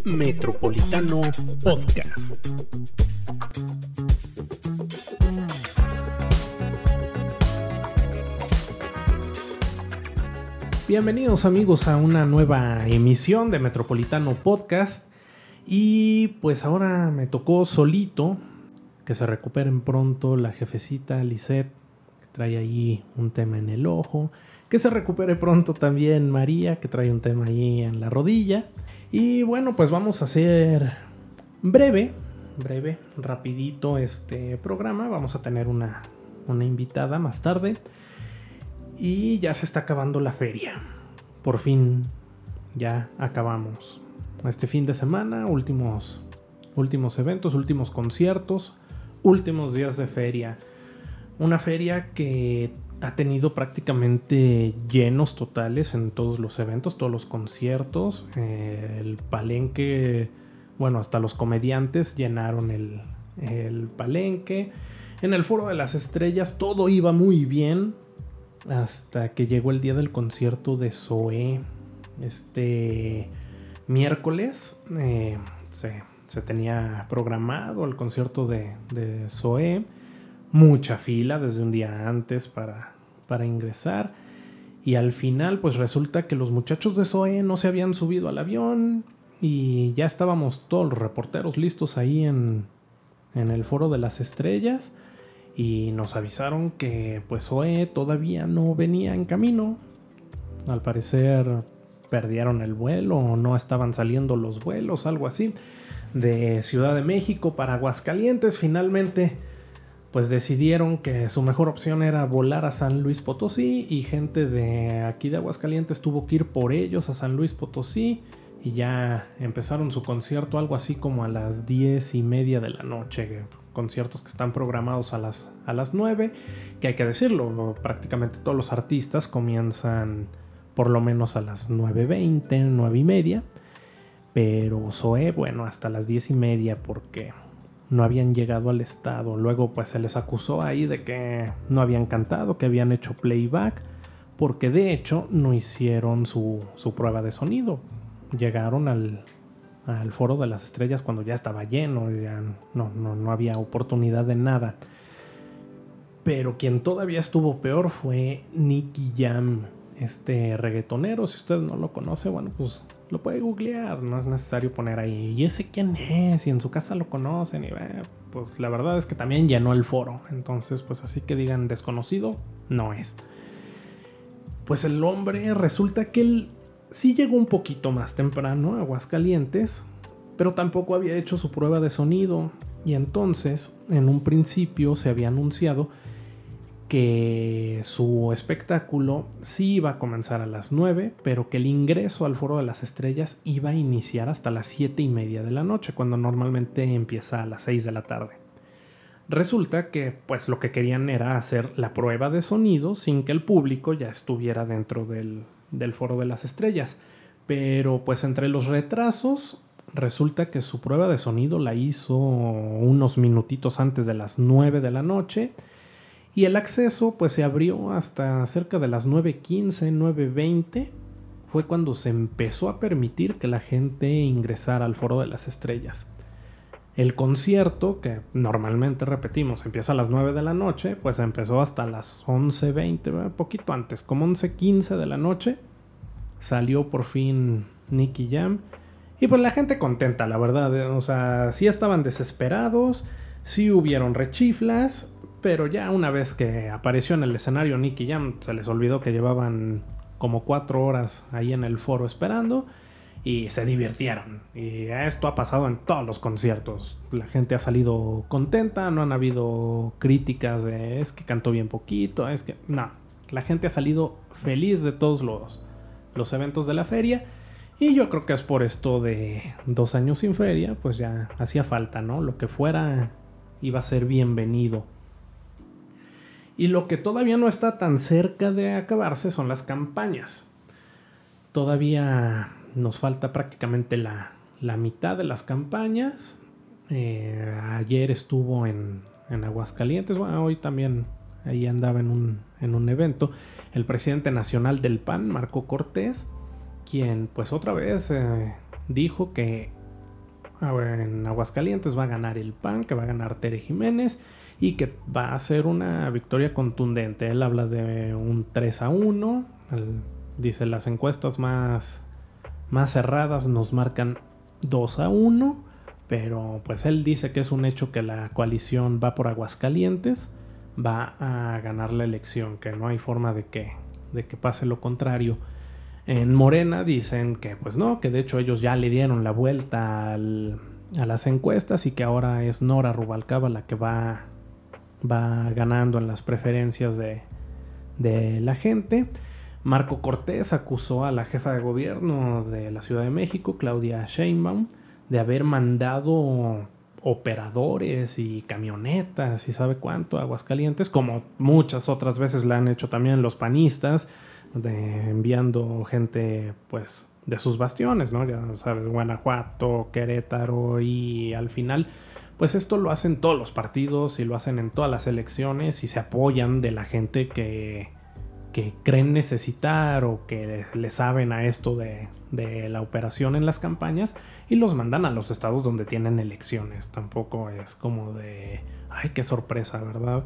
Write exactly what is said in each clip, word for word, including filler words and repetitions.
Metropolitano Podcast. Bienvenidos amigos a una nueva emisión de Metropolitano Podcast. Y pues ahora me tocó solito. Que se recuperen pronto la jefecita Lisette, que trae ahí un tema en el ojo. Que se recupere pronto también María, que trae un tema ahí en la rodilla. Y bueno, pues vamos a hacer breve, breve, rapidito este programa. Vamos a tener una, una invitada más tarde. Y ya se está acabando la feria. Por fin ya acabamos. Este fin de semana, últimos, últimos eventos, últimos conciertos, últimos días de feria. Una feria que ha tenido prácticamente llenos totales en todos los eventos, todos los conciertos. Eh, el palenque, bueno, hasta los comediantes llenaron el, el palenque. En el Foro de las Estrellas todo iba muy bien hasta que llegó el día del concierto de Zoé. Este miércoles eh, se, se tenía programado el concierto de, de Zoé. Mucha fila desde un día antes para, para ingresar. Y al final pues resulta que los muchachos de Zoé no se habían subido al avión. Y ya estábamos todos los reporteros listos ahí en, en el Foro de las Estrellas. Y nos avisaron que pues Zoé todavía no venía en camino. Al parecer perdieron el vuelo o no estaban saliendo los vuelos, algo así. De Ciudad de México para Aguascalientes finalmente pues decidieron que su mejor opción era volar a San Luis Potosí y gente de aquí de Aguascalientes tuvo que ir por ellos a San Luis Potosí y ya empezaron su concierto algo así como a las diez y media de la noche. Conciertos que están programados a las, a las nueve, que hay que decirlo, prácticamente todos los artistas comienzan por lo menos a las nueve veinte, nueve y media, pero Zoé, bueno, hasta las diez y media porque no habían llegado al estado. Luego pues se les acusó ahí de que no habían cantado, que habían hecho playback, porque de hecho no hicieron su, su prueba de sonido. Llegaron al, al Foro de las Estrellas cuando ya estaba lleno, ya no, no, no había oportunidad de nada. Pero quien todavía estuvo peor fue Nicky Jam, este reggaetonero. Si usted no lo conoce, bueno, pues lo puede googlear, no es necesario poner ahí ¿y ese quién es? Y en su casa lo conocen y eh, pues la verdad es que también llenó el foro. Entonces pues así que digan desconocido, no es. Pues el hombre resulta que él sí llegó un poquito más temprano a Aguascalientes, pero tampoco había hecho su prueba de sonido. Y entonces en un principio se había anunciado que su espectáculo sí iba a comenzar a las nueve, pero que el ingreso al Foro de las Estrellas iba a iniciar hasta las siete y media de la noche, cuando normalmente empieza a las seis de la tarde. Resulta que pues lo que querían era hacer la prueba de sonido sin que el público ya estuviera dentro del, del Foro de las Estrellas. Pero pues entre los retrasos, resulta que su prueba de sonido la hizo unos minutitos antes de las nueve de la noche. Y el acceso pues se abrió hasta cerca de las nueve quince, nueve veinte. Fue cuando se empezó a permitir que la gente ingresara al Foro de las Estrellas. El concierto, que normalmente repetimos, empieza a las nueve de la noche, pues empezó hasta las once veinte, un poquito antes, como once quince de la noche. Salió por fin Nicky Jam. Y pues la gente contenta, la verdad. O sea, sí estaban desesperados, sí hubieron rechiflas. Pero ya una vez que apareció en el escenario Nicky Jam, se les olvidó que llevaban como cuatro horas ahí en el foro esperando y se divirtieron. Y esto ha pasado en todos los conciertos. La gente ha salido contenta, no han habido críticas de es que cantó bien poquito, es que... No, la gente ha salido feliz de todos los, los eventos de la feria. Y yo creo que es por esto de dos años sin feria, pues ya hacía falta, ¿no? Lo que fuera iba a ser bienvenido. Y lo que todavía no está tan cerca de acabarse son las campañas. Todavía nos falta prácticamente la, la mitad de las campañas. Eh, ayer estuvo en, en Aguascalientes. Bueno, hoy también ahí andaba en un, en un evento. El presidente nacional del P A N, Marco Cortés, quien pues otra vez eh, dijo que en Aguascalientes va a ganar el P A N, que va a ganar Tere Jiménez y que va a ser una victoria contundente. Él habla de un tres a uno. Él dice, las encuestas más, más cerradas nos marcan dos a uno, pero pues él dice que es un hecho que la coalición va por Aguascalientes, va a ganar la elección, que no hay forma de que, de que pase lo contrario. En Morena dicen que pues no, que de hecho ellos ya le dieron la vuelta al, a las encuestas y que ahora es Nora Rubalcaba la que va, va ganando en las preferencias de, de la gente. Marco Cortés acusó a la jefa de gobierno de la Ciudad de México, Claudia Sheinbaum, de haber mandado operadores y camionetas y sabe cuánto a Aguascalientes, como muchas otras veces la han hecho también los panistas, de, enviando gente pues de sus bastiones, ¿no? Ya sabes, Guanajuato, Querétaro, y al final pues esto lo hacen todos los partidos y lo hacen en todas las elecciones y se apoyan de la gente que, que creen necesitar o que le saben a esto de, de la operación en las campañas y los mandan a los estados donde tienen elecciones. Tampoco es como de, ay, qué sorpresa, ¿verdad?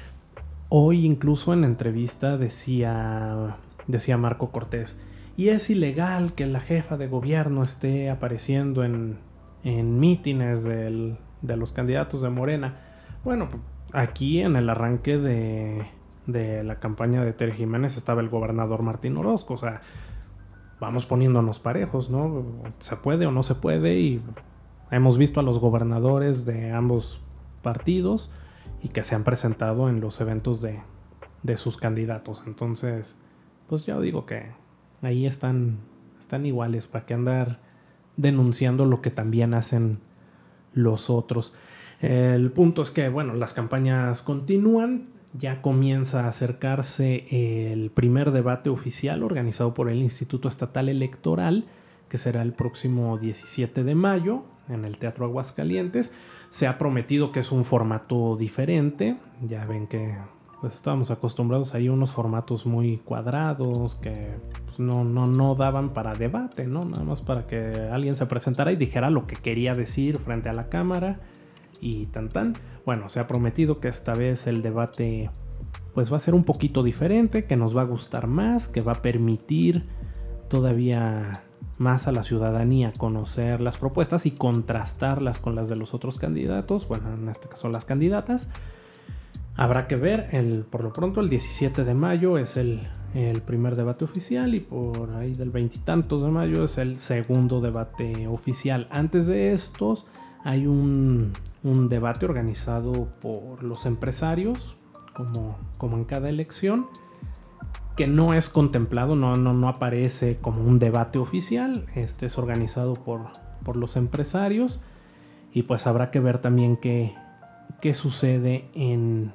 Hoy incluso en entrevista decía, decía Marco Cortés, y es ilegal que la jefa de gobierno esté apareciendo en, en mítines del, de los candidatos de Morena. Bueno, aquí en el arranque de, de la campaña de Tere Jiménez estaba el gobernador Martín Orozco. O sea, vamos poniéndonos parejos, ¿no? Se puede o no se puede, y hemos visto a los gobernadores de ambos partidos y que se han presentado en los eventos de, de sus candidatos. Entonces, pues yo digo que ahí están, están iguales, para que andar denunciando lo que también hacen los otros. El punto es que, bueno, las campañas continúan. Ya comienza a acercarse el primer debate oficial organizado por el Instituto Estatal Electoral, que será el próximo diecisiete de mayo en el Teatro Aguascalientes. Se ha prometido que es un formato diferente. Ya ven que pues estábamos acostumbrados ahí a unos formatos muy cuadrados que pues, no, no, no daban para debate, ¿no? Nada más para que alguien se presentara y dijera lo que quería decir frente a la cámara y tan tan. Bueno, se ha prometido que esta vez el debate pues va a ser un poquito diferente, que nos va a gustar más, que va a permitir todavía más a la ciudadanía conocer las propuestas y contrastarlas con las de los otros candidatos, bueno, en este caso las candidatas. Habrá que ver, el, por lo pronto el diecisiete de mayo es el, el primer debate oficial y por ahí del veintitantos de mayo es el segundo debate oficial. Antes de estos hay un, un debate organizado por los empresarios, como, como en cada elección, que no es contemplado, no, no, no aparece como un debate oficial. Este es organizado por, por los empresarios y pues habrá que ver también qué, qué sucede en,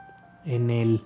en el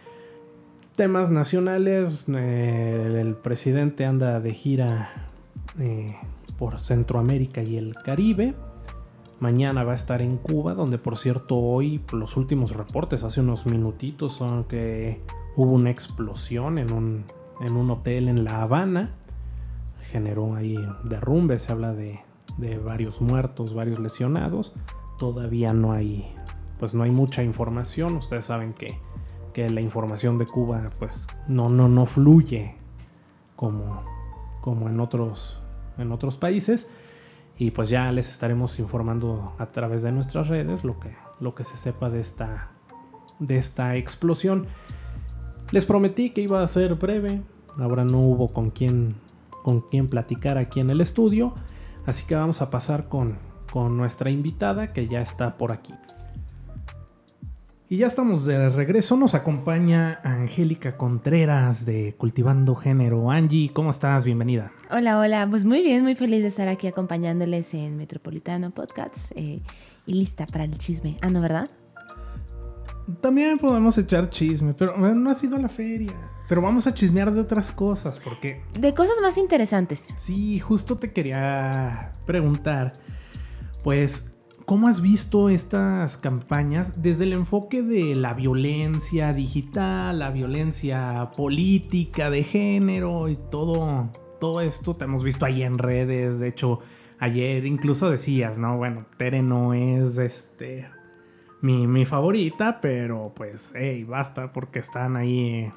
temas nacionales. Eh, el presidente anda de gira eh, por Centroamérica y el Caribe. Mañana va a estar en Cuba, donde por cierto hoy los últimos reportes hace unos minutitos son que hubo una explosión en un, en un hotel en La Habana. Generó ahí derrumbe, se habla de, de varios muertos, varios lesionados. Todavía no hay, pues no hay mucha información. Ustedes saben que, que la información de Cuba pues no, no, no fluye como, como en otros, en otros países. Y pues ya les estaremos informando a través de nuestras redes lo que, lo que se sepa de esta, de esta explosión. Les prometí que iba a ser breve. Ahora no hubo con quién, con quién platicar aquí en el estudio. Así que vamos a pasar con, con nuestra invitada, que ya está por aquí. Y ya estamos de regreso. Nos acompaña Angélica Contreras de Cultivando Género. Angie, ¿cómo estás? Bienvenida. Hola, hola. Pues muy bien, muy feliz de estar aquí acompañándoles en Metropolitano Podcasts eh, y lista para el chisme. Ah, ¿no, verdad? También podemos echar chisme, pero no ha sido la feria. Pero vamos a chismear de otras cosas, porque... De cosas más interesantes. Sí, justo te quería preguntar, pues... ¿Cómo has visto estas campañas desde el enfoque de la violencia digital, la violencia política de género y todo, todo esto? Te hemos visto ahí en redes. De hecho, ayer incluso decías, ¿no? Bueno, Tere no es este mi, mi favorita, pero pues, hey, basta porque están ahí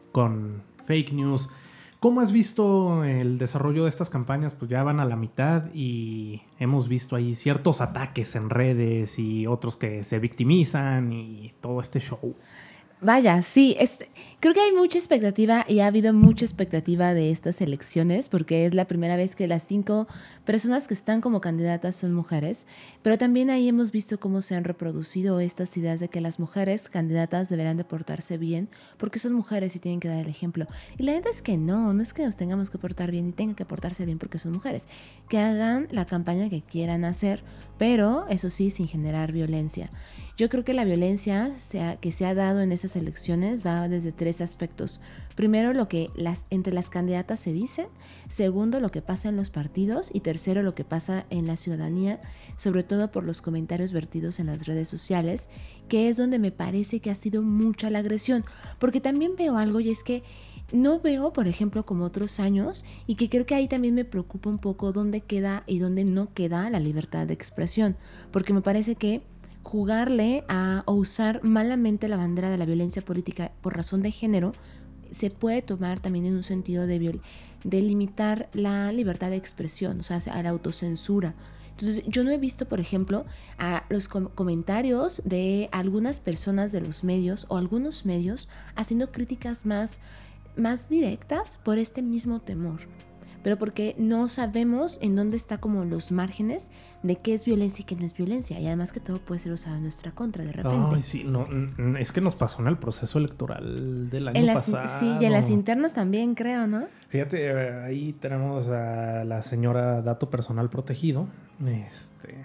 con fake news. ¿Cómo has visto el desarrollo de estas campañas? Pues ya van a la mitad y hemos visto ahí ciertos ataques en redes y otros que se victimizan y todo este show. Vaya, sí, es, creo que hay mucha expectativa y ha habido mucha expectativa de estas elecciones porque es la primera vez que las cinco personas que están como candidatas son mujeres, pero también ahí hemos visto cómo se han reproducido estas ideas de que las mujeres candidatas deberán de portarse bien porque son mujeres y tienen que dar el ejemplo. Y la neta es que no, no es que nos tengamos que portar bien y tengan que portarse bien porque son mujeres, que hagan la campaña que quieran hacer, pero eso sí, sin generar violencia. Yo creo que la violencia sea, que se ha dado en esas elecciones va desde tres aspectos. Primero, lo que las, entre las candidatas se dicen. Segundo, lo que pasa en los partidos. Y tercero, lo que pasa en la ciudadanía, sobre todo por los comentarios vertidos en las redes sociales, que es donde me parece que ha sido mucha la agresión. Porque también veo algo y es que no veo, por ejemplo, como otros años, y que creo que ahí también me preocupa un poco dónde queda y dónde no queda la libertad de expresión. Porque me parece que jugarle a, o usar malamente la bandera de la violencia política por razón de género se puede tomar también en un sentido de, viol- de limitar la libertad de expresión, o sea, a la autocensura. Entonces, yo no he visto, por ejemplo, a los com- comentarios de algunas personas de los medios o algunos medios haciendo críticas más, más directas por este mismo temor. Pero porque no sabemos en dónde está como los márgenes de qué es violencia y qué no es violencia. Y además que todo puede ser usado en nuestra contra de repente. Ay, sí, no, es que nos pasó en el proceso electoral del año en las, pasado. Sí, y en las internas también, creo, ¿no? Fíjate, ahí tenemos a la señora Dato Personal Protegido, este,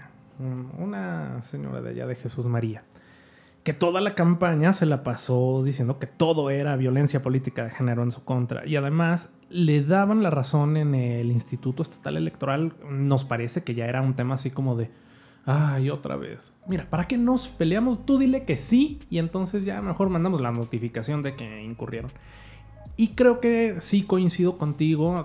una señora de allá de Jesús María, que toda la campaña se la pasó diciendo que todo era violencia política de género en su contra. Y además le daban la razón en el Instituto Estatal Electoral. Nos parece que ya era un tema así como de, ay, otra vez. Mira, ¿para qué nos peleamos? Tú dile que sí y entonces ya mejor mandamos la notificación de que incurrieron. Y creo que sí coincido contigo.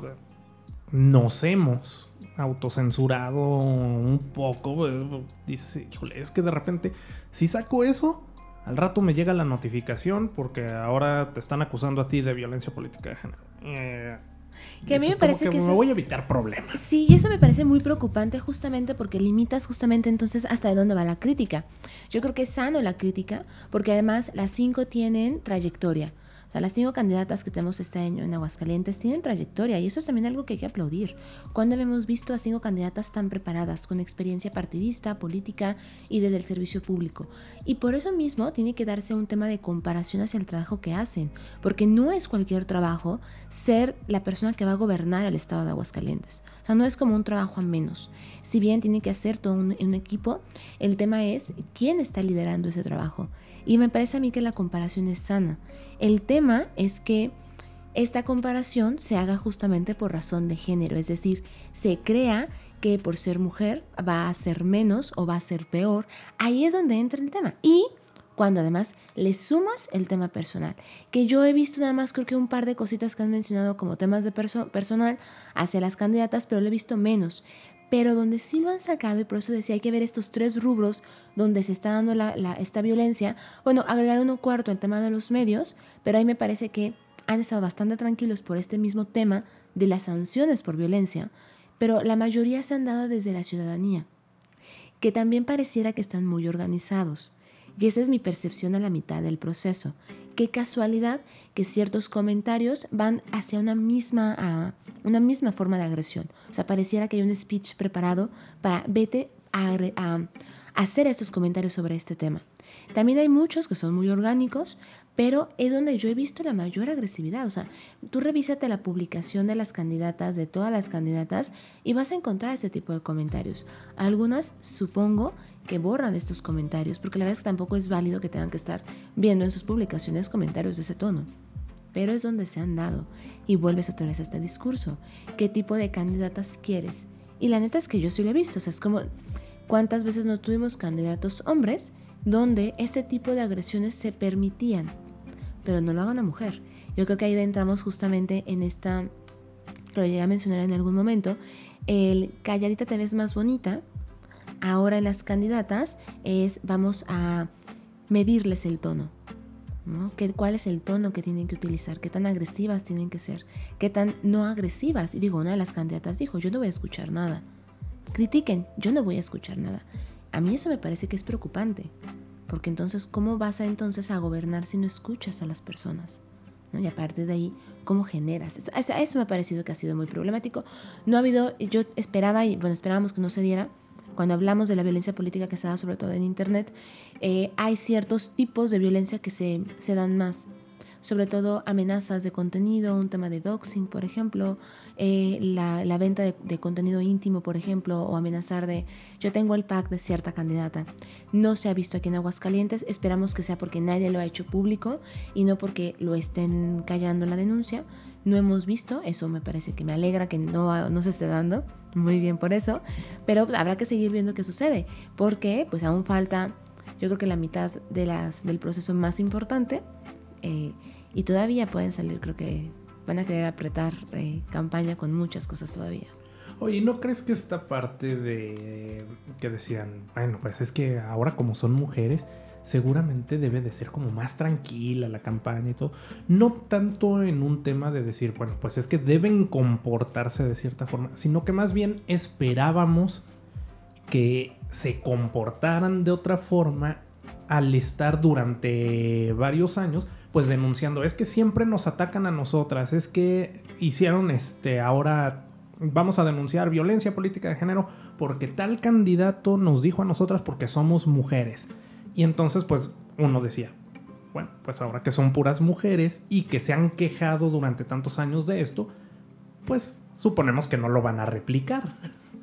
Nos hemos autocensurado un poco. Dices, híjole, es que de repente, si saco eso, al rato me llega la notificación porque ahora te están acusando a ti de violencia política de género. Eh, que a mí me parece que, que eso me es... voy a evitar problemas. Sí, y eso me parece muy preocupante justamente porque limitas justamente entonces hasta de dónde va la crítica. Yo creo que es sano la crítica porque además las cinco tienen trayectoria. O sea, las cinco candidatas que tenemos este año en Aguascalientes tienen trayectoria y eso es también algo que hay que aplaudir. ¿Cuándo hemos visto a cinco candidatas tan preparadas, con experiencia partidista, política y desde el servicio público? Y por eso mismo tiene que darse un tema de comparación hacia el trabajo que hacen, porque no es cualquier trabajo ser la persona que va a gobernar el estado de Aguascalientes. O sea, no es como un trabajo a menos. Si bien tiene que hacer todo un, un equipo, el tema es quién está liderando ese trabajo. Y me parece a mí que la comparación es sana. El tema es que esta comparación se haga justamente por razón de género, es decir, se crea que por ser mujer va a ser menos o va a ser peor. Ahí es donde entra el tema. Y cuando además le sumas el tema personal, que yo he visto nada más creo que un par de cositas que han mencionado como temas de perso- personal hacia las candidatas, pero lo he visto menos. Pero donde sí lo han sacado, y por eso decía, hay que ver estos tres rubros donde se está dando la, la, esta violencia. Bueno, agregar uno cuarto el tema de los medios, pero ahí me parece que han estado bastante tranquilos por este mismo tema de las sanciones por violencia, pero la mayoría se han dado desde la ciudadanía, que también pareciera que están muy organizados. Y esa es mi percepción a la mitad del proceso. Qué casualidad que ciertos comentarios van hacia una misma, uh, una misma forma de agresión. O sea, pareciera que hay un speech preparado para vete a, a, a hacer estos comentarios sobre este tema. También hay muchos que son muy orgánicos, pero es donde yo he visto la mayor agresividad. O sea, tú revísate la publicación de las candidatas, de todas las candidatas, y vas a encontrar este tipo de comentarios. Algunas, supongo, que borran estos comentarios, porque la verdad es que tampoco es válido que tengan que estar viendo en sus publicaciones comentarios de ese tono. Pero es donde se han dado. Y vuelves otra vez a este discurso. ¿Qué tipo de candidatas quieres? Y la neta es que yo sí lo he visto. O sea, es como, ¿cuántas veces no tuvimos candidatos hombres donde este tipo de agresiones se permitían, pero no lo haga una mujer? Yo creo que ahí entramos justamente en esta, que lo llegué a mencionar en algún momento, el calladita te ves más bonita, ahora en las candidatas es vamos a medirles el tono, ¿no? ¿Qué, ¿Cuál es el tono que tienen que utilizar? ¿Qué tan agresivas tienen que ser? ¿Qué tan no agresivas? Y digo, una de las candidatas dijo, yo no voy a escuchar nada. Critiquen, yo no voy a escuchar nada. A mí eso me parece que es preocupante, porque entonces, ¿cómo vas a entonces a gobernar si no escuchas a las personas? ¿No? Y aparte de ahí, ¿cómo generas? Eso, eso, eso me ha parecido que ha sido muy problemático. No ha habido, yo esperaba, y bueno, esperábamos que no se diera, cuando hablamos de la violencia política que se da sobre todo en internet, eh, hay ciertos tipos de violencia que se, se dan más. Sobre todo amenazas de contenido, un tema de doxing, por ejemplo, eh, la, la venta de, de contenido íntimo, por ejemplo, o amenazar de yo tengo el pack de cierta candidata. No se ha visto aquí en Aguascalientes, esperamos que sea porque nadie lo ha hecho público y no porque lo estén callando la denuncia. No hemos visto, eso me parece que me alegra que no, no se esté dando, muy bien por eso, pero habrá que seguir viendo qué sucede, porque pues aún falta, yo creo que la mitad de las, del proceso más importante, eh, y todavía pueden salir, creo que van a querer apretar eh, campaña con muchas cosas todavía. Oye, ¿no crees que esta parte de que decían, bueno, pues es que ahora como son mujeres, seguramente debe de ser como más tranquila la campaña y todo? No tanto en un tema de decir, bueno, pues es que deben comportarse de cierta forma, sino que más bien esperábamos que se comportaran de otra forma al estar durante varios años pues denunciando, es que siempre nos atacan a nosotras, es que hicieron este, ahora vamos a denunciar violencia política de género porque tal candidato nos dijo a nosotras porque somos mujeres. Y entonces pues uno decía, bueno, pues ahora que son puras mujeres y que se han quejado durante tantos años de esto, pues suponemos que no lo van a replicar.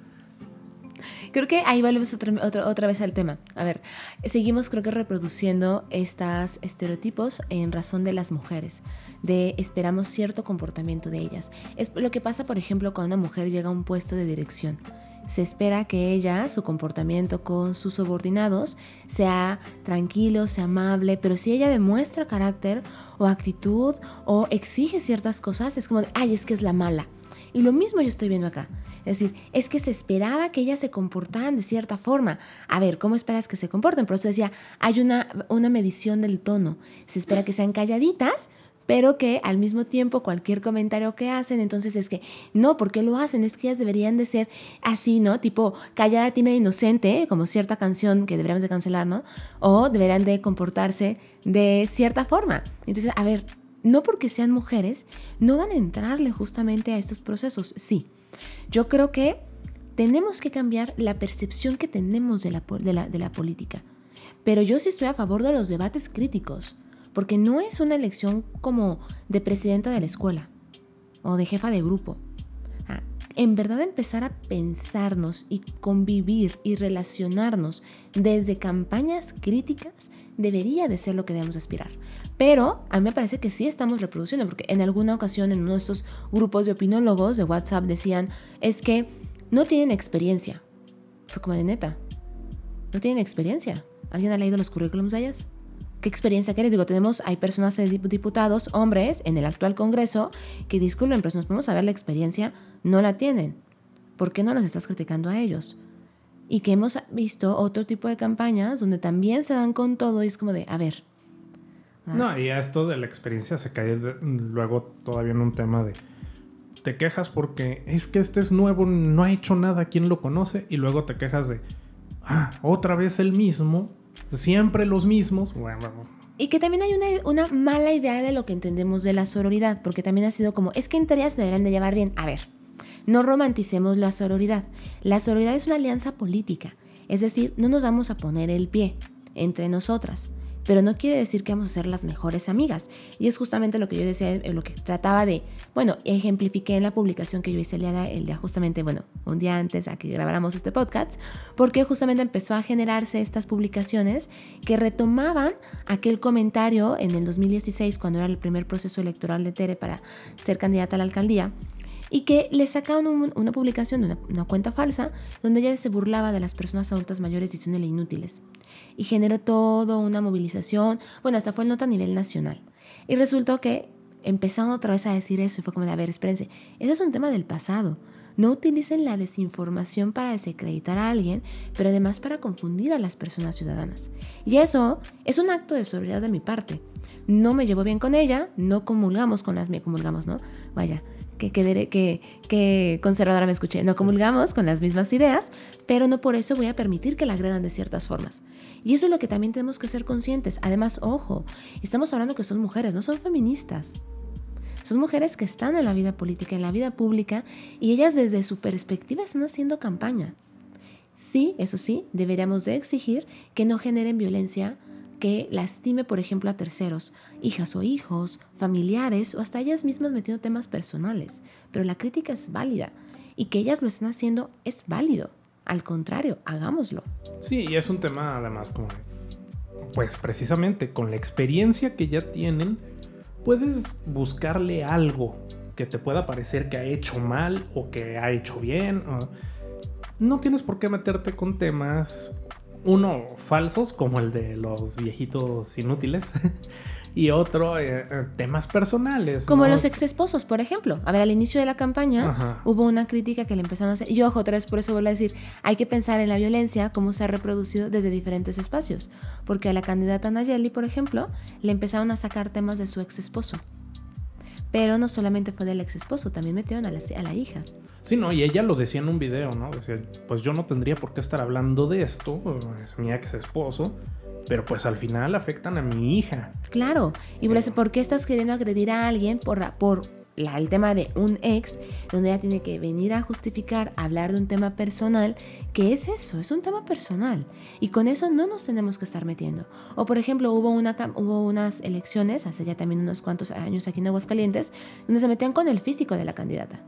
Creo que ahí volvemos otra, otra, otra vez al tema. A ver, seguimos creo que reproduciendo estos estereotipos en razón de las mujeres, de esperamos cierto comportamiento de ellas. Es lo que pasa, por ejemplo, cuando una mujer llega a un puesto de dirección. Se espera que ella, su comportamiento con sus subordinados, sea tranquilo, sea amable, pero si ella demuestra carácter o actitud o exige ciertas cosas, es como de, ay, es que es la mala. Y lo mismo yo estoy viendo acá. Es decir, es que se esperaba que ellas se comportaran de cierta forma. A ver, ¿cómo esperas que se comporten? Por eso decía, hay una, una medición del tono. Se espera que sean calladitas, pero que al mismo tiempo cualquier comentario que hacen, entonces es que, no, ¿por qué lo hacen? Es que ellas deberían de ser así, ¿no? Tipo, callada, tímida, inocente, como cierta canción que deberíamos de cancelar, ¿no? O deberían de comportarse de cierta forma. Entonces, a ver, no porque sean mujeres, no van a entrarle justamente a estos procesos. Sí, yo creo que tenemos que cambiar la percepción que tenemos de la, de la, de la política. Pero yo sí estoy a favor de los debates críticos, porque no es una elección como de presidenta de la escuela o de jefa de grupo. Ah, en verdad empezar a pensarnos y convivir y relacionarnos desde campañas críticas debería de ser lo que debemos aspirar. Pero a mí me parece que sí estamos reproduciendo, porque en alguna ocasión en uno de estos grupos de opinólogos de WhatsApp decían, es que no tienen experiencia. Fue como de neta, no tienen experiencia. ¿Alguien ha leído los currículums de ellas? ¿Qué experiencia quiere? Digo, tenemos, hay personas, diputados, hombres, en el actual Congreso, que disculpen, pero si nos podemos saber la experiencia, no la tienen. ¿Por qué no los estás criticando a ellos? Y que hemos visto otro tipo de campañas donde también se dan con todo y es como de, a ver. Ah. No, y a esto de la experiencia se cae de, luego todavía en un tema de te quejas porque es que este es nuevo, no ha hecho nada, ¿quién lo conoce? Y luego te quejas de, ah, otra vez el mismo, siempre los mismos. Y que también hay una, una mala idea de lo que entendemos de la sororidad, porque también ha sido como, es que en teoría se deberían de llevar bien. A ver, no romanticemos la sororidad. La sororidad es una alianza política, es decir, no nos vamos a poner el pie entre nosotras, pero no quiere decir que vamos a ser las mejores amigas. Y es justamente lo que yo decía, lo que trataba de, bueno, ejemplifiqué en la publicación que yo hice el día, el día justamente, bueno, un día antes a que grabáramos este podcast, porque justamente empezó a generarse estas publicaciones que retomaban aquel comentario en el dos mil dieciséis, cuando era el primer proceso electoral de Tere para ser candidata a la alcaldía, y que le sacaban un, una publicación de una, una cuenta falsa donde ella se burlaba de las personas adultas mayores diciéndole inútiles. Y generó toda una movilización, bueno, hasta fue el nota a nivel nacional. Y resultó que empezaron otra vez a decir eso y fue como de, a ver, espérense, ese es un tema del pasado. No utilicen la desinformación para desacreditar a alguien, pero además para confundir a las personas ciudadanas. Y eso es un acto de solidaridad de mi parte. No me llevo bien con ella, no comulgamos con las... comulgamos, ¿no? Vaya, que, que, que, que conservadora me escuché. No comulgamos con las mismas ideas, pero no por eso voy a permitir que la agredan de ciertas formas. Y eso es lo que también tenemos que ser conscientes. Además, ojo, estamos hablando que son mujeres, no son feministas. Son mujeres que están en la vida política, en la vida pública, y ellas desde su perspectiva están haciendo campaña. Sí, eso sí, deberíamos de exigir que no generen violencia que lastime, por ejemplo, a terceros, hijas o hijos, familiares o hasta ellas mismas metiendo temas personales. Pero la crítica es válida y que ellas lo estén haciendo es válido. Al contrario, hagámoslo. Sí, y es un tema además como, pues precisamente con la experiencia que ya tienen, puedes buscarle algo que te pueda parecer que ha hecho mal o que ha hecho bien. No tienes por qué meterte con temas... Uno, falsos, como el de los viejitos inútiles. Y otro, eh, temas personales. Como ¿no? los ex esposos, por ejemplo. A ver, al inicio de la campaña, ajá, hubo una crítica que le empezaron a hacer. Y ojo, otra vez por eso vuelvo a decir, hay que pensar en la violencia, cómo se ha reproducido desde diferentes espacios. Porque a la candidata Nayeli, por ejemplo, le empezaron a sacar temas de su ex esposo. Pero no solamente fue del ex esposo, también metieron a la, a la hija. Sí, no, y ella lo decía en un video, ¿no? Decía, pues yo no tendría por qué estar hablando de esto, es mi ex esposo, pero pues al final afectan a mi hija. Claro, y eh. ¿por qué estás queriendo agredir a alguien por, por la, el tema de un ex, donde ella tiene que venir a justificar, hablar de un tema personal? ¿Qué es eso? Es un tema personal, y con eso no nos tenemos que estar metiendo. O por ejemplo, hubo, una, hubo unas elecciones, hace ya también unos cuantos años aquí en Aguascalientes, donde se metían con el físico de la candidata.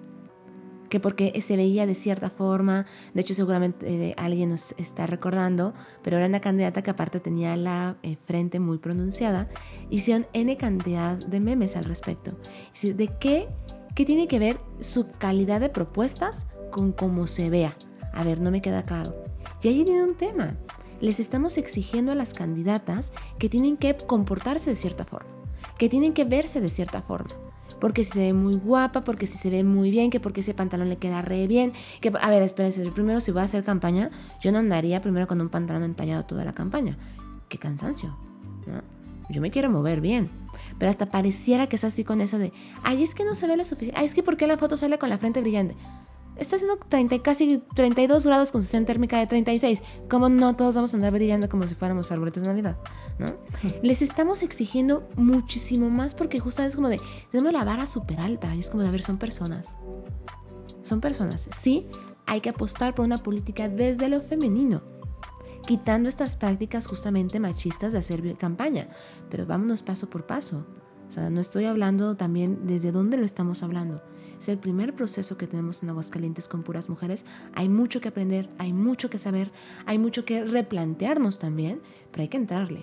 Que porque se veía de cierta forma, de hecho seguramente eh, alguien nos está recordando, pero era una candidata que aparte tenía la eh, frente muy pronunciada, hicieron N cantidad de memes al respecto. Es decir, ¿de qué, qué tiene que ver su calidad de propuestas con cómo se vea? A ver, no me queda claro. Y ahí tiene un tema. Les estamos exigiendo a las candidatas que tienen que comportarse de cierta forma, que tienen que verse de cierta forma. Porque si se ve muy guapa, porque si se ve muy bien, que porque ese pantalón le queda re bien. Que, a ver, espérense, primero si voy a hacer campaña, yo no andaría primero con un pantalón entallado toda la campaña. ¡Qué cansancio! ¿No? Yo me quiero mover bien. Pero hasta pareciera que es así con eso de, ay, es que no se ve lo suficiente. Ay, es que ¿por qué la foto sale con la frente brillante? Está haciendo treinta, casi treinta y dos grados con sensación térmica de treinta y seis. ¿Cómo no todos vamos a andar brillando como si fuéramos arbolitos de Navidad? ¿No? Les estamos exigiendo muchísimo más porque justamente es como de, tenemos la vara súper alta. Y es como de, a ver, son personas. Son personas. Sí, hay que apostar por una política desde lo femenino, quitando estas prácticas justamente machistas de hacer campaña. Pero vámonos paso por paso. O sea, no estoy hablando también desde dónde lo estamos hablando. Es el primer proceso que tenemos en Aguascalientes con puras mujeres. Hay mucho que aprender, hay mucho que saber, hay mucho que replantearnos también, pero hay que entrarle.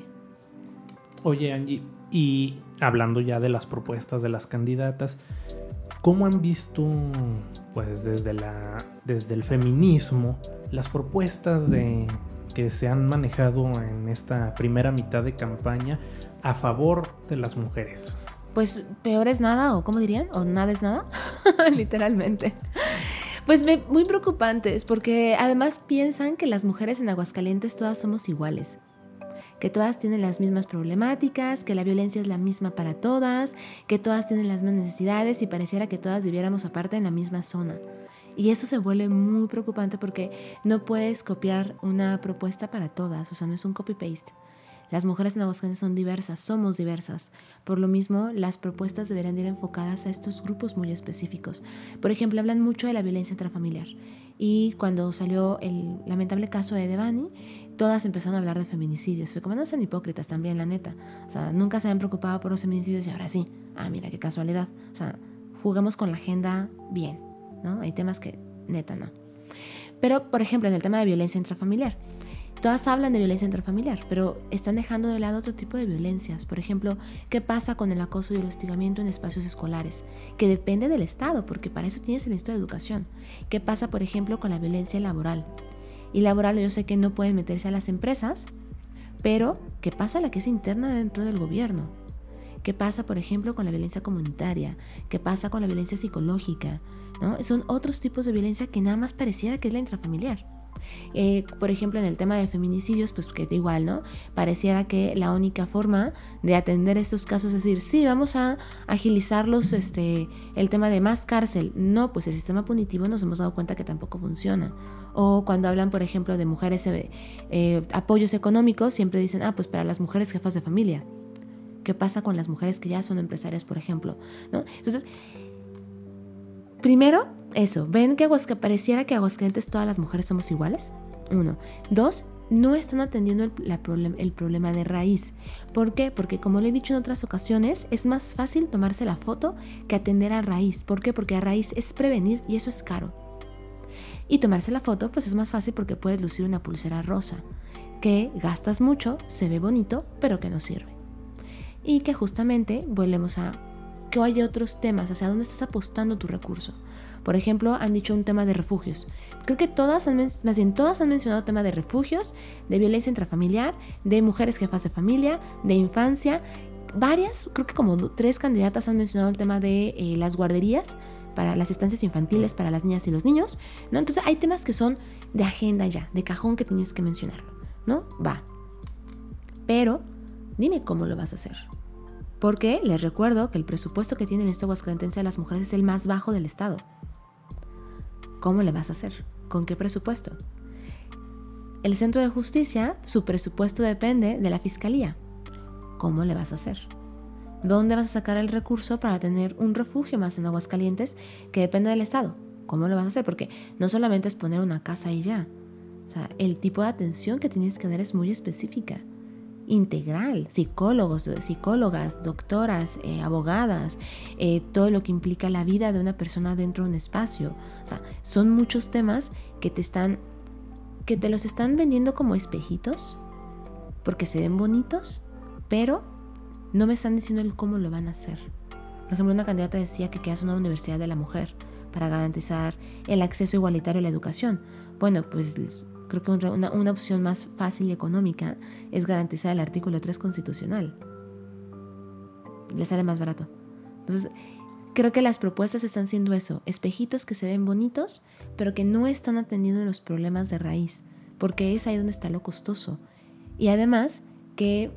Oye, Angie, y hablando ya de las propuestas de las candidatas, ¿cómo han visto, pues, desde la, desde el feminismo, las propuestas de, que se han manejado en esta primera mitad de campaña a favor de las mujeres? Pues peor es nada, o ¿cómo dirían? O nada es nada, literalmente. Pues me, muy preocupantes, porque además piensan que las mujeres en Aguascalientes todas somos iguales, que todas tienen las mismas problemáticas, que la violencia es la misma para todas, que todas tienen las mismas necesidades y pareciera que todas viviéramos aparte en la misma zona. Y eso se vuelve muy preocupante porque no puedes copiar una propuesta para todas, o sea, no es un copy-paste. Las mujeres en Aguascalientes son diversas, somos diversas. Por lo mismo, las propuestas deberían ir enfocadas a estos grupos muy específicos. Por ejemplo, hablan mucho de la violencia intrafamiliar. Y cuando salió el lamentable caso de Devani, todas empezaron a hablar de feminicidios. Fue como, no sean hipócritas también, la neta. O sea, nunca se habían preocupado por los feminicidios y ahora sí. Ah, mira, qué casualidad. O sea, jugamos con la agenda bien, ¿no? Hay temas que, neta, no. Pero, por ejemplo, en el tema de violencia intrafamiliar, todas hablan de violencia intrafamiliar, pero están dejando de lado otro tipo de violencias. Por ejemplo, ¿qué pasa con el acoso y el hostigamiento en espacios escolares? Que depende del Estado, porque para eso tienes el Instituto de Educación. ¿Qué pasa, por ejemplo, con la violencia laboral? Y laboral, yo sé que no pueden meterse a las empresas, pero ¿qué pasa la que es interna dentro del gobierno? ¿Qué pasa, por ejemplo, con la violencia comunitaria? ¿Qué pasa con la violencia psicológica? ¿No? Son otros tipos de violencia que nada más pareciera que es la intrafamiliar. Eh, por ejemplo, en el tema de feminicidios, pues que igual, ¿no? Pareciera que la única forma de atender estos casos es decir, sí, vamos a agilizarlos, este, el tema de más cárcel. No, pues el sistema punitivo nos hemos dado cuenta que tampoco funciona. O cuando hablan, por ejemplo, de mujeres, eh, eh, apoyos económicos, siempre dicen, ah, pues para las mujeres jefas de familia. ¿Qué pasa con las mujeres que ya son empresarias, por ejemplo? ¿No? Entonces, primero, eso, ven que Aguascalientes, pareciera que Aguascalientes todas las mujeres somos iguales. Uno. Dos, no están atendiendo el, la problem, el problema de raíz. ¿Por qué? Porque como le he dicho en otras ocasiones, es más fácil tomarse la foto que atender a raíz. ¿Por qué? Porque a raíz es prevenir y eso es caro. Y tomarse la foto pues es más fácil porque puedes lucir una pulsera rosa, que gastas mucho, se ve bonito, pero que no sirve. Y que justamente volvemos a que hay otros temas, hacia dónde estás apostando tu recurso. Por ejemplo, han dicho un tema de refugios. Creo que todas han, más bien, todas han mencionado tema de refugios, de violencia intrafamiliar, de mujeres jefas de familia, de infancia. Varias, creo que como tres candidatas han mencionado el tema de eh, las guarderías, para las estancias infantiles, para las niñas y los niños, ¿no? Entonces hay temas que son de agenda ya, de cajón que tienes que mencionarlo, ¿no? Va. Pero dime cómo lo vas a hacer. Porque les recuerdo que el presupuesto que tiene el Estado aguascalentense a las mujeres es el más bajo del Estado. ¿Cómo le vas a hacer? ¿Con qué presupuesto? El Centro de Justicia, su presupuesto depende de la Fiscalía. ¿Cómo le vas a hacer? ¿Dónde vas a sacar el recurso para tener un refugio más en Aguascalientes que depende del Estado? ¿Cómo lo vas a hacer? Porque no solamente es poner una casa y ya. O sea, el tipo de atención que tienes que dar es muy específica. Integral, psicólogos, psicólogas, doctoras, eh, abogadas, eh, todo lo que implica la vida de una persona dentro de un espacio. O sea, son muchos temas que te están, que te los están vendiendo como espejitos, porque se ven bonitos, pero no me están diciendo el cómo lo van a hacer. Por ejemplo, una candidata decía que querías una universidad de la mujer para garantizar el acceso igualitario a la educación. Bueno, pues creo que una, una opción más fácil y económica es garantizar el artículo tres constitucional. Le sale más barato. Entonces, creo que las propuestas están siendo eso, espejitos que se ven bonitos, pero que no están atendiendo los problemas de raíz, porque es ahí donde está lo costoso. Y además, que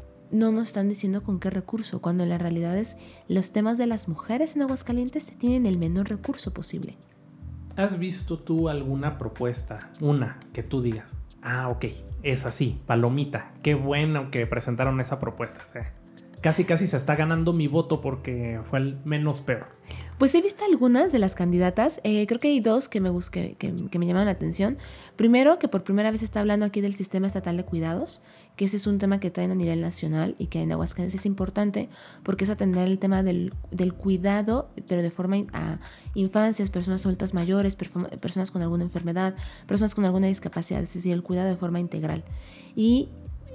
no nos están diciendo con qué recurso, cuando en la realidad es los temas de las mujeres en Aguascalientes tienen el menor recurso posible. ¿Has visto tú alguna propuesta, una, que tú digas, ah, ok, es así, palomita, qué bueno que presentaron esa propuesta? Eh, casi, casi se está ganando mi voto porque fue el menos peor. Pues he visto algunas de las candidatas, eh, creo que hay dos que me, busqué, que, que me llaman la atención. Primero, que por primera vez está hablando aquí del Sistema Estatal de Cuidados, que ese es un tema que traen a nivel nacional y que en Aguascalientes es importante porque es atender el tema del, del cuidado, pero de forma a infancias, personas adultas mayores, personas con alguna enfermedad, personas con alguna discapacidad, es decir, el cuidado de forma integral. Y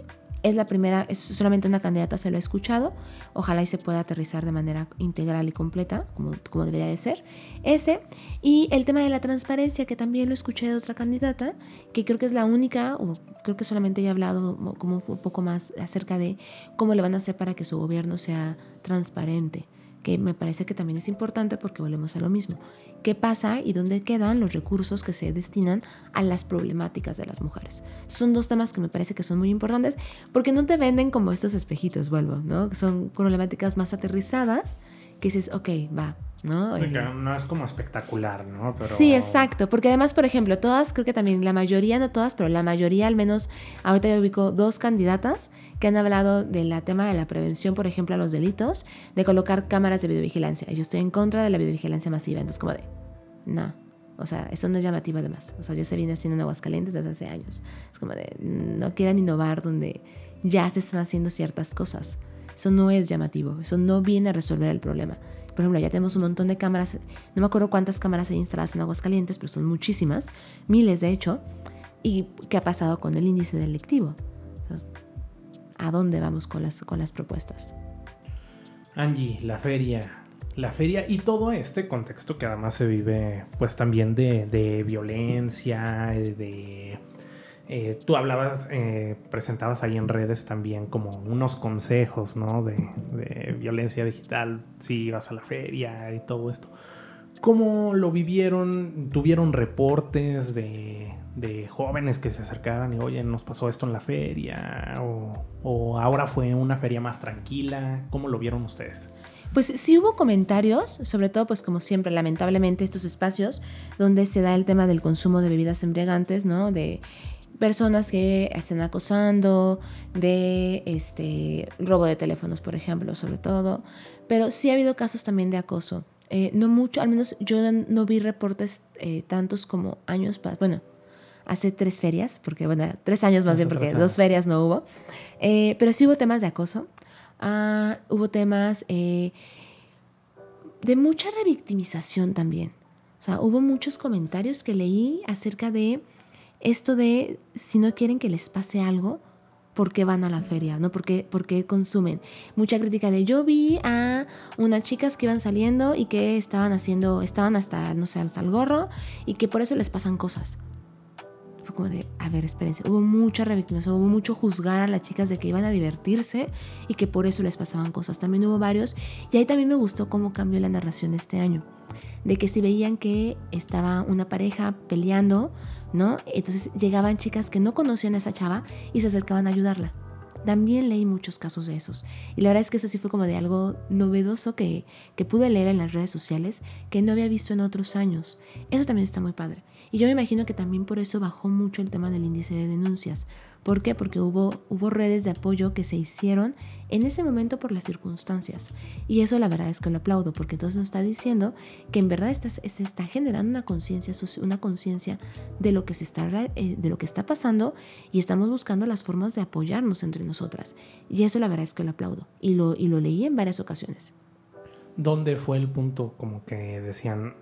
es la primera, es solamente una candidata, se lo he escuchado. Ojalá y se pueda aterrizar de manera integral y completa, como, como debería de ser. Ese. Y el tema de la transparencia, que también lo escuché de otra candidata, que creo que es la única, o creo que solamente ella ha hablado como un poco más acerca de cómo le van a hacer para que su gobierno sea transparente, que me parece que también es importante porque volvemos a lo mismo. ¿Qué pasa y dónde quedan los recursos que se destinan a las problemáticas de las mujeres? Son dos temas que me parece que son muy importantes porque no te venden como estos espejitos, vuelvo, ¿no? Son problemáticas más aterrizadas que dices, ok, va, ¿no? Eh, no es como espectacular, ¿no? Pero... Sí, exacto, porque además, por ejemplo, todas, creo que también la mayoría, no todas, pero la mayoría al menos, ahorita yo ubico dos candidatas que han hablado del tema de la prevención, por ejemplo, a los delitos, de colocar cámaras de videovigilancia. Yo estoy en contra de la videovigilancia masiva, entonces como de, no, o sea, eso no es llamativo además. O sea, ya se viene haciendo en Aguascalientes desde hace años. Es como de, no quieran innovar donde ya se están haciendo ciertas cosas. Eso no es llamativo, eso no viene a resolver el problema. Por ejemplo, ya tenemos un montón de cámaras, no me acuerdo cuántas cámaras hay instaladas en Aguascalientes, pero son muchísimas, miles de hecho. ¿Y qué ha pasado con el índice delictivo? ¿A dónde vamos con las, con las propuestas? Angie, la feria, la feria y todo este contexto que además se vive pues también de, de violencia, de Eh, tú hablabas, eh, presentabas ahí en redes también como unos consejos, ¿no? De, de violencia digital, si ibas a la feria y todo esto. ¿Cómo lo vivieron? ¿Tuvieron reportes de, de jóvenes que se acercaran y, oye, nos pasó esto en la feria? O, ¿O ahora fue una feria más tranquila? ¿Cómo lo vieron ustedes? Pues sí hubo comentarios, sobre todo pues como siempre, lamentablemente estos espacios donde se da el tema del consumo de bebidas embriagantes, ¿no? De personas que estén acosando, de este robo de teléfonos, por ejemplo, sobre todo. Pero sí ha habido casos también de acoso. Eh, no mucho, al menos yo no vi reportes eh, tantos como años, bueno, hace tres ferias, porque bueno, tres años más bien, porque dos ferias no hubo. Eh, pero sí hubo temas de acoso. Uh, hubo temas eh, de mucha revictimización también. O sea, hubo muchos comentarios que leí acerca de esto de si no quieren que les pase algo, ¿por qué van a la feria? ¿No? ¿Por qué, por qué consumen? Mucha crítica de yo vi a unas chicas que iban saliendo y que estaban haciendo, estaban hasta, no sé, hasta el gorro y que por eso les pasan cosas. Fue como de, a ver, espérense, hubo mucha revictimización, hubo mucho juzgar a las chicas de que iban a divertirse y que por eso les pasaban cosas. También hubo varios, y ahí también me gustó cómo cambió la narración este año, de que si veían que estaba una pareja peleando, ¿no? Entonces llegaban chicas que no conocían a esa chava y se acercaban a ayudarla. También leí muchos casos de esos. Y la verdad es que eso sí fue como de algo novedoso que, que pude leer en las redes sociales que no había visto en otros años. Eso también está muy padre. Y yo me imagino que también por eso bajó mucho el tema del índice de denuncias. ¿Por qué? Porque hubo, hubo redes de apoyo que se hicieron en ese momento por las circunstancias. Y eso la verdad es que lo aplaudo, porque entonces nos está diciendo que en verdad está, se está generando una conciencia una conciencia de lo que se está eh, de lo que está pasando y estamos buscando las formas de apoyarnos entre nosotras. Y eso la verdad es que lo aplaudo. Y lo, y lo leí en varias ocasiones. ¿Dónde fue el punto como que decían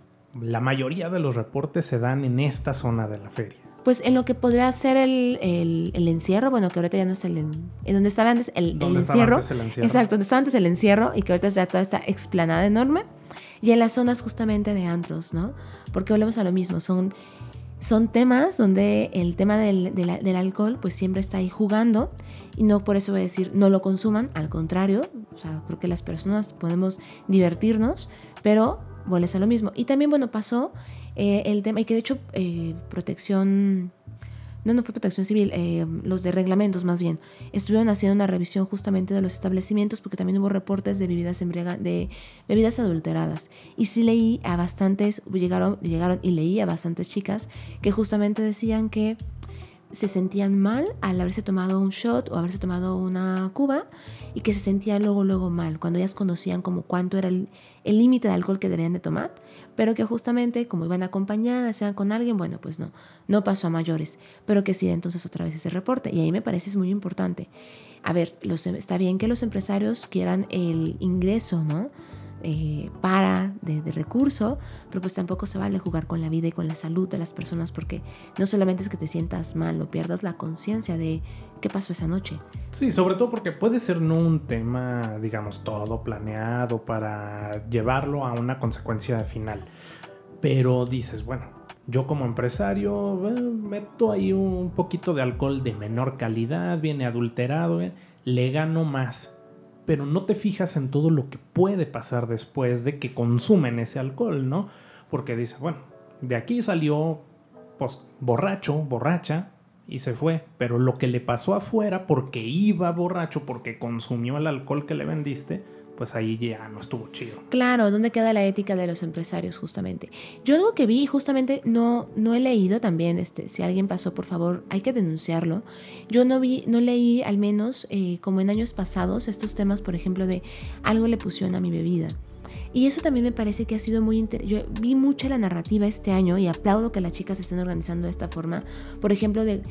la mayoría de los reportes se dan en esta zona de la feria? Pues en lo que podría ser el, el, el encierro, bueno, que ahorita ya no es el... En, en donde estaba antes el, el encierro. Antes el encierro. Exacto, donde estaba antes el encierro y que ahorita está toda esta explanada enorme. Y en las zonas justamente de antros, ¿no? Porque volvemos a lo mismo, son, son temas donde el tema del, del, del alcohol pues siempre está ahí jugando y no por eso voy a decir no lo consuman, al contrario, o sea, creo que las personas podemos divertirnos, pero vuelves a lo mismo. Y también, bueno, pasó eh, el tema, y que de hecho eh, protección, no, no fue protección civil, eh, los de reglamentos más bien, estuvieron haciendo una revisión justamente de los establecimientos porque también hubo reportes de bebidas embriaga, de bebidas adulteradas. Y sí leí a bastantes, llegaron, llegaron y leí a bastantes chicas que justamente decían que se sentían mal al haberse tomado un shot o haberse tomado una cuba y que se sentían luego, luego mal, cuando ellas conocían como cuánto era el límite de alcohol que debían de tomar, pero que justamente como iban acompañadas, sean con alguien, bueno, pues no, no pasó a mayores, pero que sí, entonces otra vez ese reporte, y ahí me parece es muy importante. A ver, los, está bien que los empresarios quieran el ingreso, ¿no? Eh, para de, de recurso, pero pues tampoco se vale jugar con la vida y con la salud de las personas porque no solamente es que te sientas mal o pierdas la conciencia de qué pasó esa noche. Sí, sobre todo porque puede ser no un tema, digamos, todo planeado para llevarlo a una consecuencia final, pero dices, bueno, yo como empresario eh, meto ahí un poquito de alcohol de menor calidad, viene adulterado, eh, le gano más. Pero no te fijas en todo lo que puede pasar después de que consumen ese alcohol, ¿no? Porque dices, bueno, de aquí salió pues, borracho, borracha y se fue. Pero lo que le pasó afuera porque iba borracho, porque consumió el alcohol que le vendiste, pues ahí ya no estuvo chido. Claro, ¿dónde queda la ética de los empresarios justamente? Yo algo que vi, justamente no, no he leído también, este, si alguien pasó, por favor, hay que denunciarlo. Yo no vi, no leí al menos eh, como en años pasados estos temas, por ejemplo, de algo le pusieron a mi bebida. Y eso también me parece que ha sido muy interesante. Yo vi mucha la narrativa este año y aplaudo que las chicas se estén organizando de esta forma. Por ejemplo, de,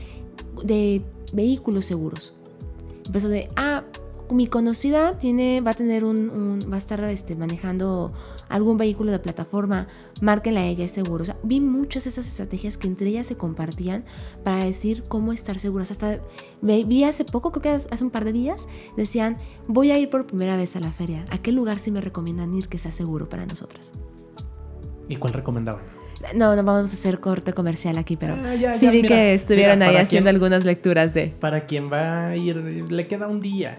de vehículos seguros. Empezó de, ah, mi conocida tiene, va a tener un, un va a estar este, manejando algún vehículo de plataforma, márquenla a ella, es seguro. O sea, vi muchas de esas estrategias que entre ellas se compartían para decir cómo estar seguras. Hasta vi hace poco, creo que hace un par de días, decían, voy a ir por primera vez a la feria. ¿A qué lugar sí me recomiendan ir que sea seguro para nosotras? ¿Y cuál recomendaban? No, no vamos a hacer corte comercial aquí, pero ah, ya, sí ya, vi mira, que estuvieron mira, ahí haciendo quien, algunas lecturas de... Para quien va a ir, le queda un día.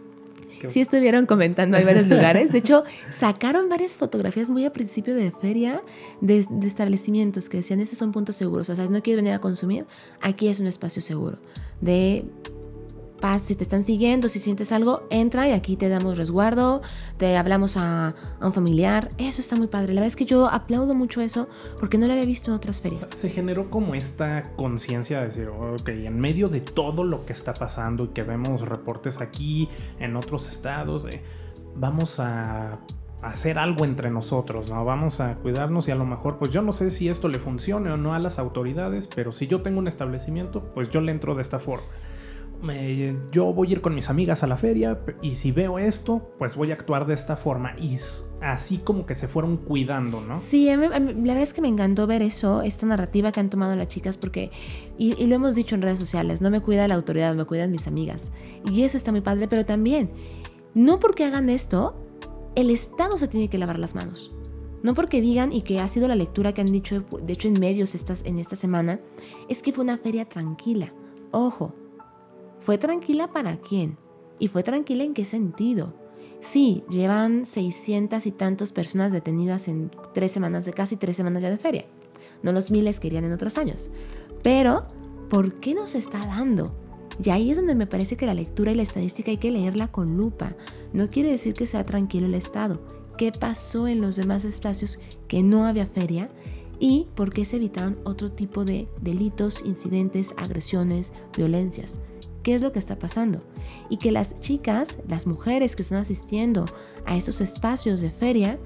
Sí estuvieron comentando, hay varios lugares. De hecho, sacaron varias fotografías muy a principio de feria de, de establecimientos que decían, estos son puntos seguros. O sea, si no quieres venir a consumir, aquí es un espacio seguro. De paz, si te están siguiendo, si sientes algo, entra y aquí te damos resguardo, te hablamos a, a un familiar. Eso está muy padre. La verdad es que yo aplaudo mucho eso porque no lo había visto en otras ferias. O sea, se generó como esta conciencia de decir, ok, en medio de todo lo que está pasando y que vemos reportes aquí, en otros estados, eh, vamos a hacer algo entre nosotros, ¿no? Vamos a cuidarnos y a lo mejor, pues yo no sé si esto le funcione o no a las autoridades, pero si yo tengo un establecimiento, pues yo le entro de esta forma. Me, yo voy a ir con mis amigas a la feria y si veo esto, pues voy a actuar de esta forma. Y así como que se fueron cuidando, ¿no? Sí, a mí, a mí, la verdad es que me encantó ver eso, esta narrativa que han tomado las chicas, porque, y, y lo hemos dicho en redes sociales, no me cuida la autoridad, me cuidan mis amigas. Y eso está muy padre, pero también, no porque hagan esto, el Estado se tiene que lavar las manos. No porque digan, y que ha sido la lectura que han dicho, de hecho en medios estas, en esta semana, es que fue una feria tranquila. Ojo. ¿Fue tranquila para quién? ¿Y fue tranquila en qué sentido? Sí, llevan seiscientas y tantos personas detenidas en tres semanas, de casi tres semanas ya de feria. No los miles que irían en otros años. Pero, ¿por qué nos está dando? Y ahí es donde me parece que la lectura y la estadística hay que leerla con lupa. No quiere decir que sea tranquilo el Estado. ¿Qué pasó en los demás espacios que no había feria? ¿Y por qué se evitaron otro tipo de delitos, incidentes, agresiones, violencias? ¿Qué es lo que está pasando? Y que las chicas, las mujeres que están asistiendo a estos espacios de feria,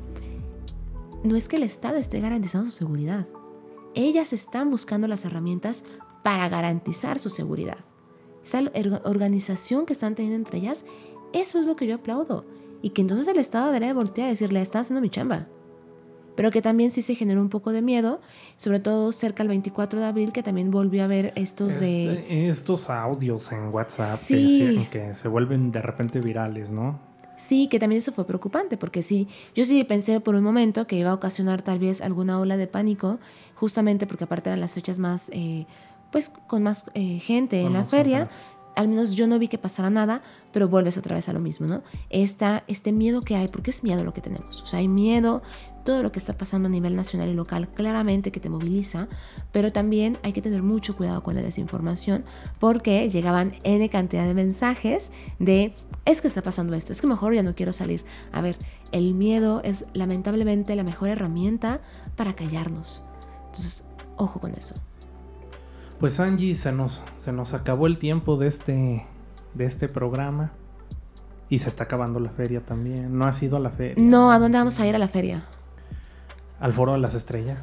no es que el Estado esté garantizando su seguridad. Ellas están buscando las herramientas para garantizar su seguridad. Esa organización que están teniendo entre ellas, eso es lo que yo aplaudo. Y que entonces el Estado debería voltear a decirle, está haciendo mi chamba. Pero que también sí se generó un poco de miedo, sobre todo cerca del veinticuatro de abril, que también volvió a haber estos este, de... Estos audios en WhatsApp sí. que, que se vuelven de repente virales, ¿no? Sí, que también eso fue preocupante, porque sí, yo sí pensé por un momento que iba a ocasionar tal vez alguna ola de pánico, justamente porque aparte eran las fechas más, eh, pues con más eh, gente con en la feria. Gente. Al menos yo no vi que pasara nada, pero vuelves otra vez a lo mismo, ¿no? Esta, este miedo que hay, porque es miedo lo que tenemos. O sea, hay miedo, todo lo que está pasando a nivel nacional y local, claramente que te moviliza, pero también hay que tener mucho cuidado con la desinformación, porque llegaban N cantidad de mensajes de, es que está pasando esto, es que mejor ya no quiero salir. A ver, el miedo es lamentablemente la mejor herramienta para callarnos. Entonces, ojo con eso. Pues Angie, se nos, se nos acabó el tiempo de este, de este programa y se está acabando la feria también. ¿No has ido a la feria? No, ¿a dónde vamos a ir a la feria? ¿Al Foro de las Estrellas?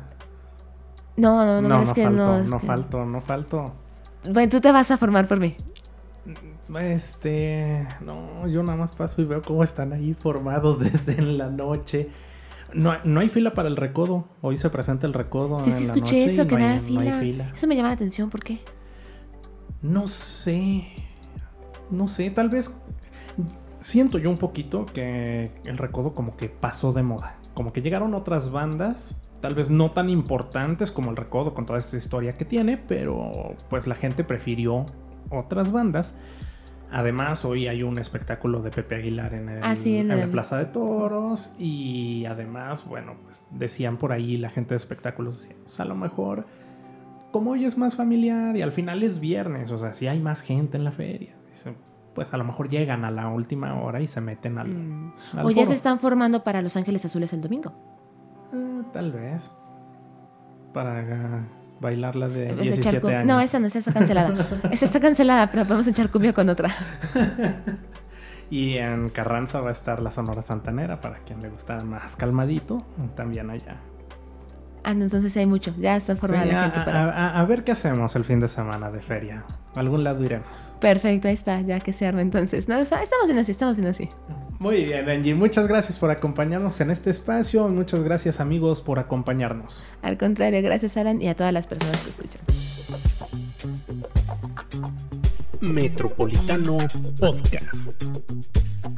No, no, no, no, es no que falto, no. Es no que... falto, no falto. Bueno, tú te vas a formar por mí. Este, no, yo nada más paso y veo cómo están ahí formados desde en la noche. No, no hay fila para el recodo. Hoy se presenta el recodo. Sí, sí, en la escuché noche eso, que no no hay, había fila. No hay fila. Eso me llama la atención, ¿por qué? No sé. No sé, tal vez. Siento yo un poquito que el recodo como que pasó de moda. Como que llegaron otras bandas, tal vez no tan importantes como el recodo con toda esta historia que tiene, pero pues la gente prefirió otras bandas. Además, hoy hay un espectáculo de Pepe Aguilar en, el, ah, sí, en, en el... la Plaza de Toros. Y además, bueno, pues decían por ahí la gente de espectáculos, decían, pues a lo mejor, como hoy es más familiar y al final es viernes, o sea, si hay más gente en la feria, pues a lo mejor llegan a la última hora y se meten al, mm. al O ya foro. Se están formando para Los Ángeles Azules el domingo. Eh, tal vez. Para uh, bailar la de pues diecisiete años. No, esa no, esa está cancelada. Esa está cancelada, pero podemos echar cumbia con otra. Y en Carranza va a estar la Sonora Santanera, para quien le gusta más calmadito, también allá. Ah, no, entonces hay mucho. Ya está formada sí, la a, gente. Para... A, a, a ver qué hacemos el fin de semana de feria. A algún lado iremos. Perfecto, ahí está, ya que se arma entonces. No, estamos bien así, estamos bien así. Muy bien, Angie. Muchas gracias por acompañarnos en este espacio. Muchas gracias, amigos, por acompañarnos. Al contrario, gracias, Alan, y a todas las personas que escuchan. Metropolitano Podcast.